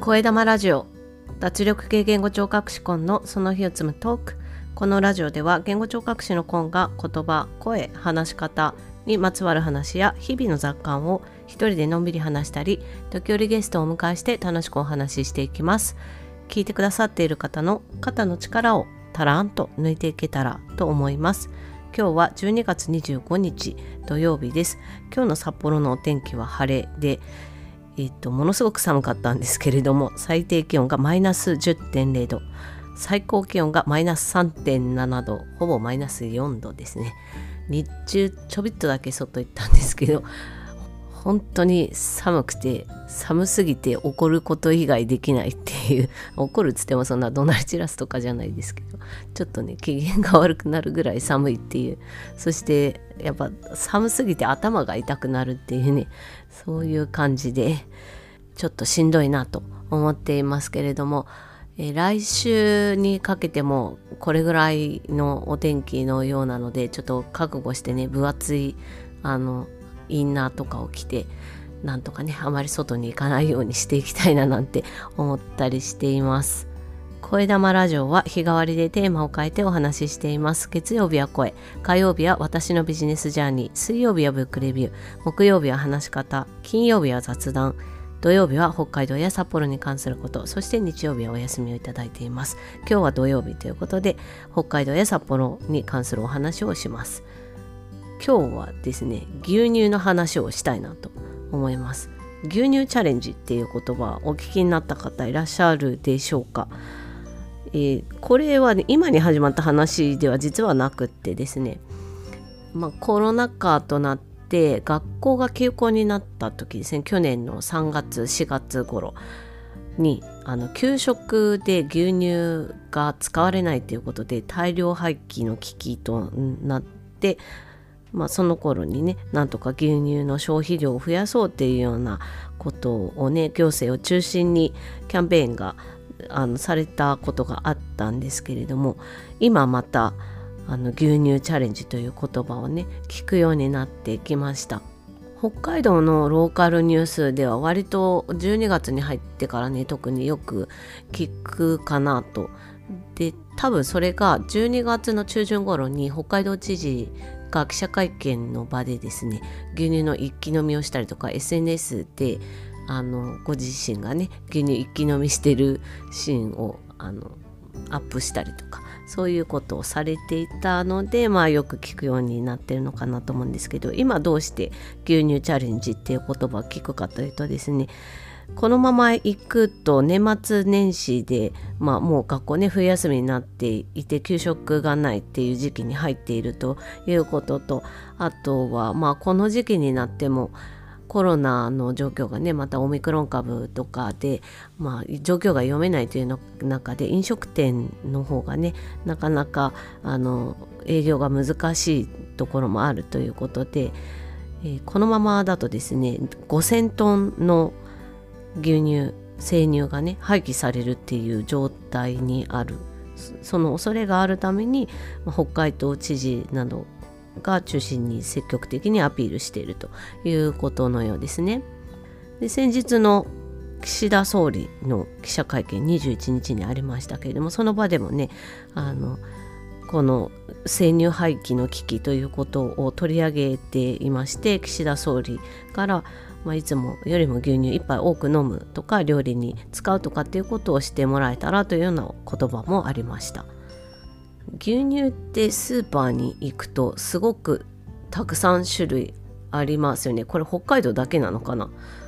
声玉ラジオ、脱力系言語聴覚士コンのその日を積むトーク。このラジオでは言語聴覚士のコンが言葉、声、話し方にまつわる話や日々の雑感を一人でのんびり話したり、時折ゲストをお迎えして楽しくお話ししていきます。聞いてくださっている方の肩の力をたらんと抜いていけたらと思います。今日は12月25日土曜日です。今日の札幌のお天気は晴れで、ものすごく寒かったんですけれども、最低気温がマイナス 10.0 度、最高気温がマイナス 3.7 度、ほぼマイナス4度ですね。日中ちょびっとだけ外行ったんですけど、本当に寒くて、寒すぎて怒ること以外できないっていう、怒るっつってもそんな怒鳴り散らすとかじゃないですけど、ちょっとね機嫌が悪くなるぐらい寒いっていう、そしてやっぱ寒すぎて頭が痛くなるっていうね、そういう感じでちょっとしんどいなと思っていますけれども、来週にかけてもこれぐらいのお天気のようなので、ちょっと覚悟してね、分厚いインナーとかを着て、なんとかねあまり外に行かないようにしていきたいななんて思ったりしています。声玉ラジオは日替わりでテーマを変えてお話ししています。月曜日は声、火曜日は私のビジネスジャーニー、水曜日はブックレビュー、木曜日は話し方、金曜日は雑談、土曜日は北海道や札幌に関すること、そして日曜日はお休みをいただいています。今日は土曜日ということで、北海道や札幌に関するお話をします。今日はですね、牛乳の話をしたいなと思います。牛乳チャレンジっていう言葉お聞きになった方いらっしゃるでしょうか。これは、ね、今に始まった話では実はなくってですね、コロナ禍となって学校が休校になった時ですね、去年の3月4月頃に給食で牛乳が使われないということで大量廃棄の危機となって、その頃にね、なんとか牛乳の消費量を増やそうっていうようなことをね、行政を中心にキャンペーンがされたことがあったんですけれども、今また牛乳チャレンジという言葉をね聞くようになってきました。北海道のローカルニュースでは割と12月に入ってからね、特によく聞くかなと。で、多分それが12月の中旬頃に北海道知事が記者会見の場でですね、牛乳の一気飲みをしたりとか、 SNS でご自身がね牛乳一気飲みしてるシーンをアップしたりとか、そういうことをされていたので、よく聞くようになってるのかなと思うんですけど、今どうして牛乳チャレンジっていう言葉を聞くかというとですね、このまま行くと年末年始で、もう学校ね冬休みになっていて給食がないっていう時期に入っているということと、あとはこの時期になってもコロナの状況がね、またオミクロン株とかで、状況が読めないというの中で、飲食店の方がねなかなか営業が難しいところもあるということで、このままだとですね5000トンの牛乳生乳がね廃棄されるっていう状態にある、その恐れがあるために、北海道知事などが中心に積極的にアピールしているということのようですね。で、先日の岸田総理の記者会見21日にありましたけれども、その場でもねこの生乳廃棄の危機ということを取り上げていまして、岸田総理からいつもよりも牛乳一杯多く飲むとか、料理に使うとかっていうことをしてもらえたらというような言葉もありました。牛乳ってスーパーに行くとすごくたくさん種類ありますよね。これ北海道だけなのかな。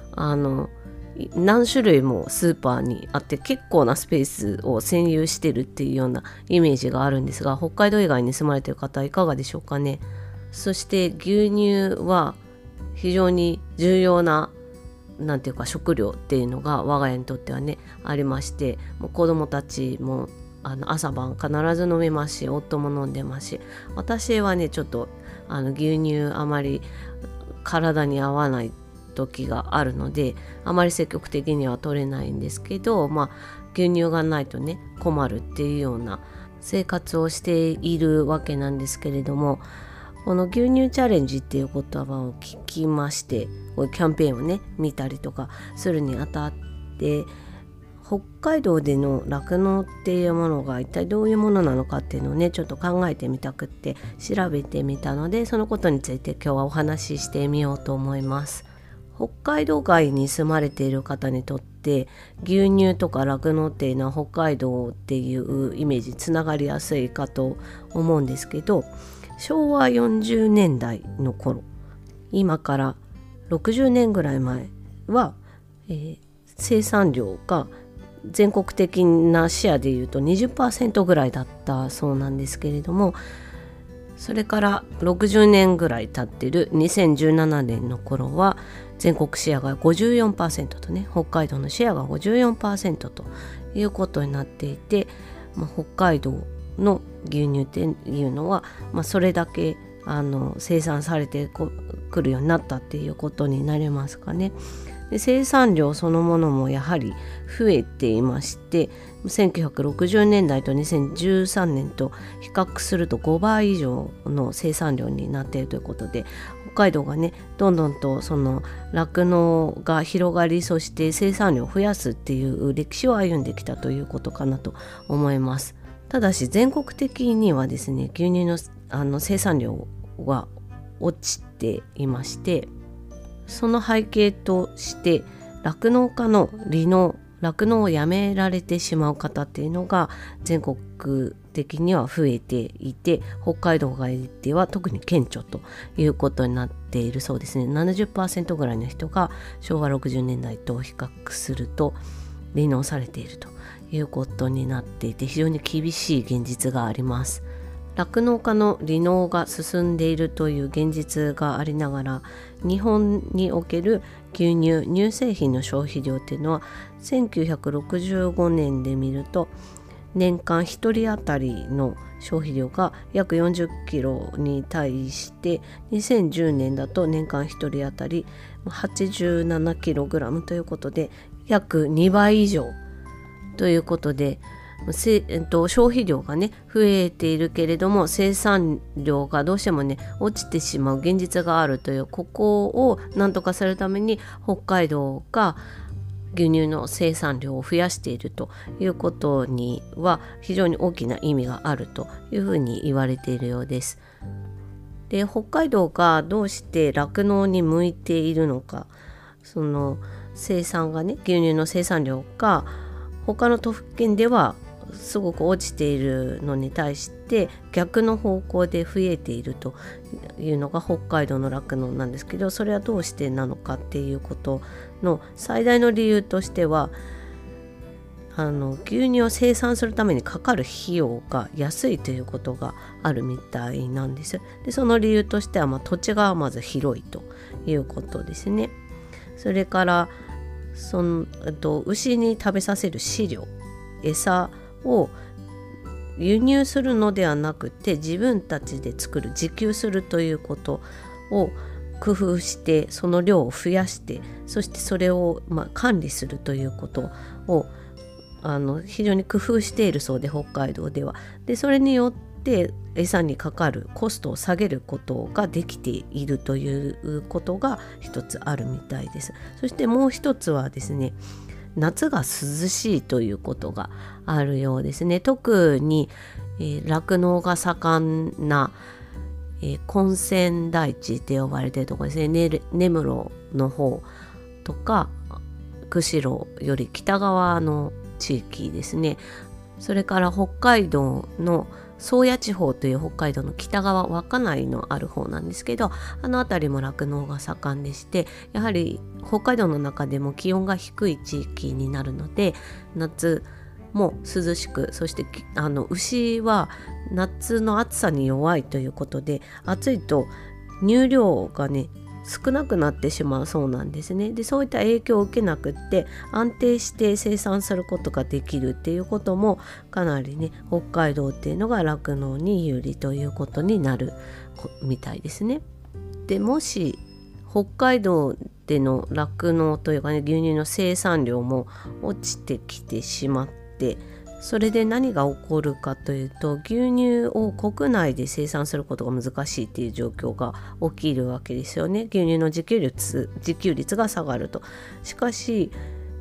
何種類もスーパーにあって、結構なスペースを占有してるっていうようなイメージがあるんですが、北海道以外に住まれている方はいかがでしょうかね。そして牛乳は非常に重要な食料っていうのが我が家にとってはねありまして、もう子供たちも朝晩必ず飲めますし、夫も飲んでますし、私はねちょっと牛乳あまり体に合わない時があるので、あまり積極的には取れないんですけど、牛乳がないとね困るっていうような生活をしているわけなんですけれども、この牛乳チャレンジっていう言葉を聞きまして、こういうキャンペーンをね見たりとかするにあたって、 北海道での酪農っていうものが一体どういうものなのかっていうのをねちょっと考えてみたくって調べてみたので、そのことについて今日はお話ししてみようと思います。北海道外に住まれている方にとって牛乳とか酪農っていうのは北海道っていうイメージつながりやすいかと思うんですけど、昭和40年代の頃、今から60年ぐらい前は、生産量が全国的なシェアでいうと 20% ぐらいだったそうなんですけれども、それから60年ぐらい経ってる2017年の頃は全国シェアが 54% とね、北海道のシェアが 54% ということになっていて、北海道の牛乳っていうのは、それだけ生産されてくるようになったっていうことになりますかね。で生産量そのものもやはり増えていまして、1960年代と2013年と比較すると5倍以上の生産量になっているということで、北海道がねどんどんとその酪農が広がり、そして生産量を増やすっていう歴史を歩んできたということかなと思います。ただし全国的にはですね、牛乳の生産量は落ちていまして、その背景として酪農家の離農、酪農をやめられてしまう方っていうのが全国的には増えていて、北海道外では特に顕著ということになっているそうですね。 70% ぐらいの人が昭和60年代と比較すると離農されているということになっていて、非常に厳しい現実があります。酪農家の離農が進んでいるという現実がありながら、日本における牛乳・乳製品の消費量っていうのは1965年で見ると年間1人当たりの消費量が約40キロに対して、2010年だと年間1人当たり87キログラムということで約2倍以上ということで、消費量がね増えているけれども生産量がどうしてもね落ちてしまう現実があるという、ここを何とかするために北海道が牛乳の生産量を増やしているということには非常に大きな意味があるというふうに言われているようです。で、北海道がどうして酪農に向いているのか、その生産がね、牛乳の生産量が他の都府県ではすごく落ちているのに対して逆の方向で増えているというのが北海道の酪農なんですけど、それはどうしてなのかっていうことの最大の理由としては、牛乳を生産するためにかかる費用が安いということがあるみたいなんです。でその理由としては、土地がまず広いということですね。それから牛に食べさせる飼料、餌を輸入するのではなくて自分たちで作る、自給するということを工夫して、その量を増やして、そしてそれを管理するということを非常に工夫しているそうで、北海道では。でそれによって餌にかかるコストを下げることができているということが一つあるみたいです。そしてもう一つはですね、夏が涼しいということがあるようですね。特に酪農が盛んな、根釧台地って呼ばれているところですね。根室の方とか釧路より北側の地域ですね。それから北海道の宗谷地方という北海道の北側、稚内のある方なんですけど、辺りも酪農が盛んでして、やはり北海道の中でも気温が低い地域になるので夏も涼しく、そして牛は夏の暑さに弱いということで、暑いと乳量がね少なくなってしまうそうなんですね。でそういった影響を受けなくって安定して生産することができるっていうこともかなりね、北海道っていうのが酪農に有利ということになるみたいですね。でもし北海道での酪農というかね、牛乳の生産量も落ちてきてしまって、それで何が起こるかというと、牛乳を国内で生産することが難しいっていう状況が起きるわけですよね。牛乳の自給率が下がると。しかし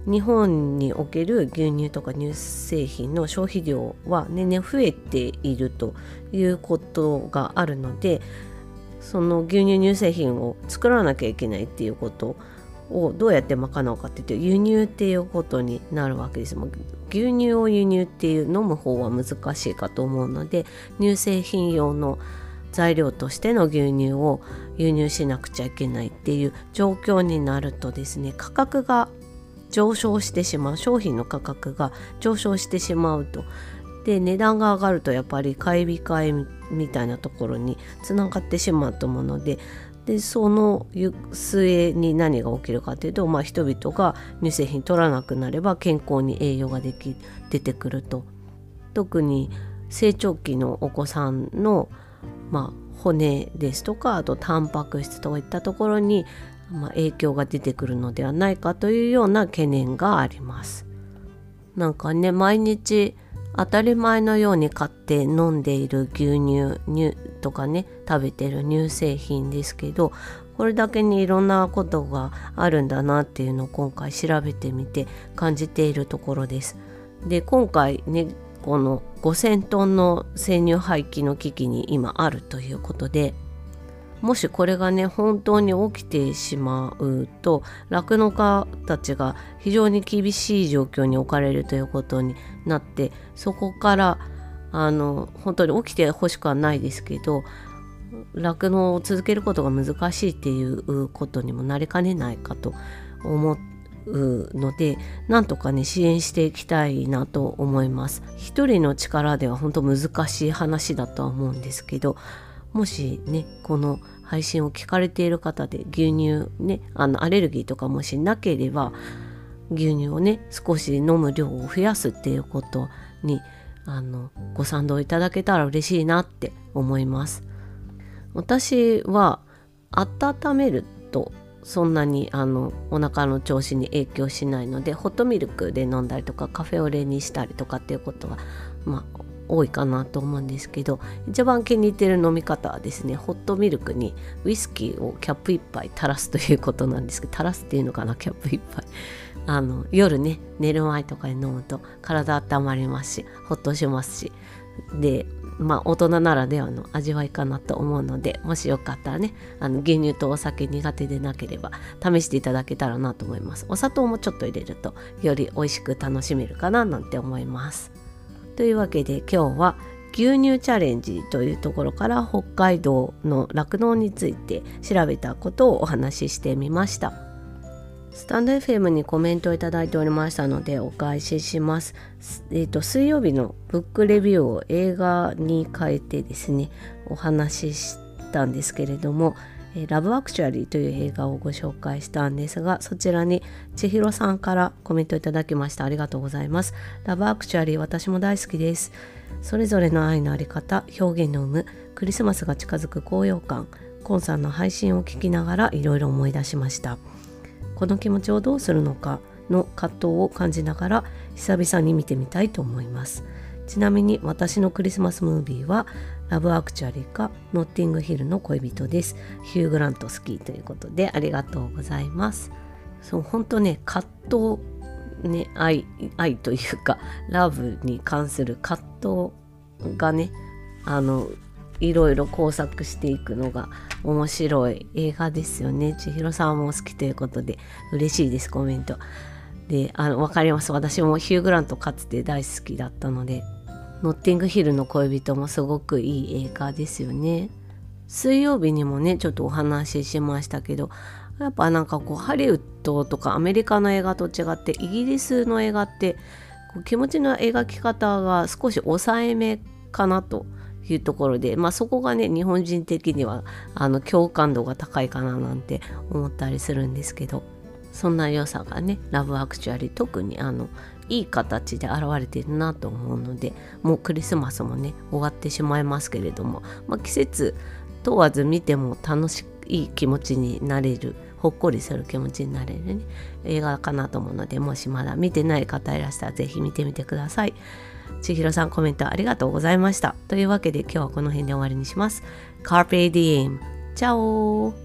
日本における牛乳とか乳製品の消費量は年々増えているということがあるので、その牛乳乳製品を作らなきゃいけないっていうことをどうやって賄うかっていうと、輸入っていうことになるわけです。牛乳を輸入っていう飲む方は難しいかと思うので、乳製品用の材料としての牛乳を輸入しなくちゃいけないっていう状況になるとですね、価格が上昇してしまう、商品の価格が上昇してしまうと。で値段が上がるとやっぱり買い控えみたいなところにつながってしまうと思うので、その末に何が起きるかというと、人々が乳製品取らなくなれば健康に栄養が出てくると。特に成長期のお子さんの、骨ですとか、あとタンパク質といったところに影響が出てくるのではないかというような懸念があります。なんかね、毎日当たり前のように買って飲んでいる牛乳とかね、食べてる乳製品ですけど、これだけにいろんなことがあるんだなっていうのを今回調べてみて感じているところです。で今回ね、この5000トンの生乳廃棄の危機に今あるということで、もしこれがね本当に起きてしまうと、酪農家たちが非常に厳しい状況に置かれるということになって、そこから本当に起きてほしくはないですけど、酪農を続けることが難しいっていうことにもなりかねないかと思うので、なんとかね支援していきたいなと思います。一人の力では本当難しい話だとは思うんですけど、もしねこの配信を聞かれている方で牛乳ねアレルギーとかもしなければ、牛乳をね少し飲む量を増やすっていうことにご賛同いただけたら嬉しいなって思います。私は温めるとそんなにお腹の調子に影響しないので、ホットミルクで飲んだりとかカフェオレにしたりとかっていうことは多いかなと思うんですけど、一番気に入っている飲み方はですね、ホットミルクにウイスキーをキャップ1杯垂らすということなんですけど、垂らすっていうのかな、キャップ1杯夜ね寝る前とかに飲むと体温まりますし、ほっとしますし、で大人ならではの味わいかなと思うので、もしよかったらね牛乳とお酒苦手でなければ試していただけたらなと思います。お砂糖もちょっと入れるとより美味しく楽しめるかななんて思います。というわけで今日は牛乳チャレンジというところから北海道の酪農について調べたことをお話ししてみました。スタンド FM にコメントをいただいておりましたのでお返しします。水曜日のブックレビューを映画に変えてですねお話ししたんですけれども、ラブアクチュアリーという映画をご紹介したんですが、そちらに千尋さんからコメントいただきました。ありがとうございます。ラブアクチュアリー私も大好きです。それぞれの愛のあり方、表現の有無、クリスマスが近づく高揚感、コンさんの配信を聞きながらいろいろ思い出しました。この気持ちをどうするのかの葛藤を感じながら久々に見てみたいと思います。ちなみに私のクリスマスムービーはラブアクチュアリーかノッティングヒルの恋人です。ヒュー・グラント好きということでありがとうございます。そう本当ね葛藤ね、愛というかラブに関する葛藤がねいろいろ工作していくのが面白い映画ですよね。千尋さんも好きということで嬉しいです。コメントでわかります。私もヒュー・グラントかつて大好きだったので、ノッティングヒルの恋人もすごくいい映画ですよね。水曜日にもねちょっとお話ししましたけど、やっぱハリウッドとかアメリカの映画と違ってイギリスの映画って気持ちの描き方が少し抑えめかなというところで、そこがね日本人的には共感度が高いかななんて思ったりするんですけど、そんな良さがねラブアクチュアリー特にいい形で現れているなと思うので、もうクリスマスもね終わってしまいますけれども、季節問わず見ても楽しい気持ちになれる、ほっこりする気持ちになれるね映画かなと思うので、もしまだ見てない方いらしたらぜひ見てみてください。千尋さんコメントありがとうございました。というわけで今日はこの辺で終わりにします。Carpe Diem。チャオ。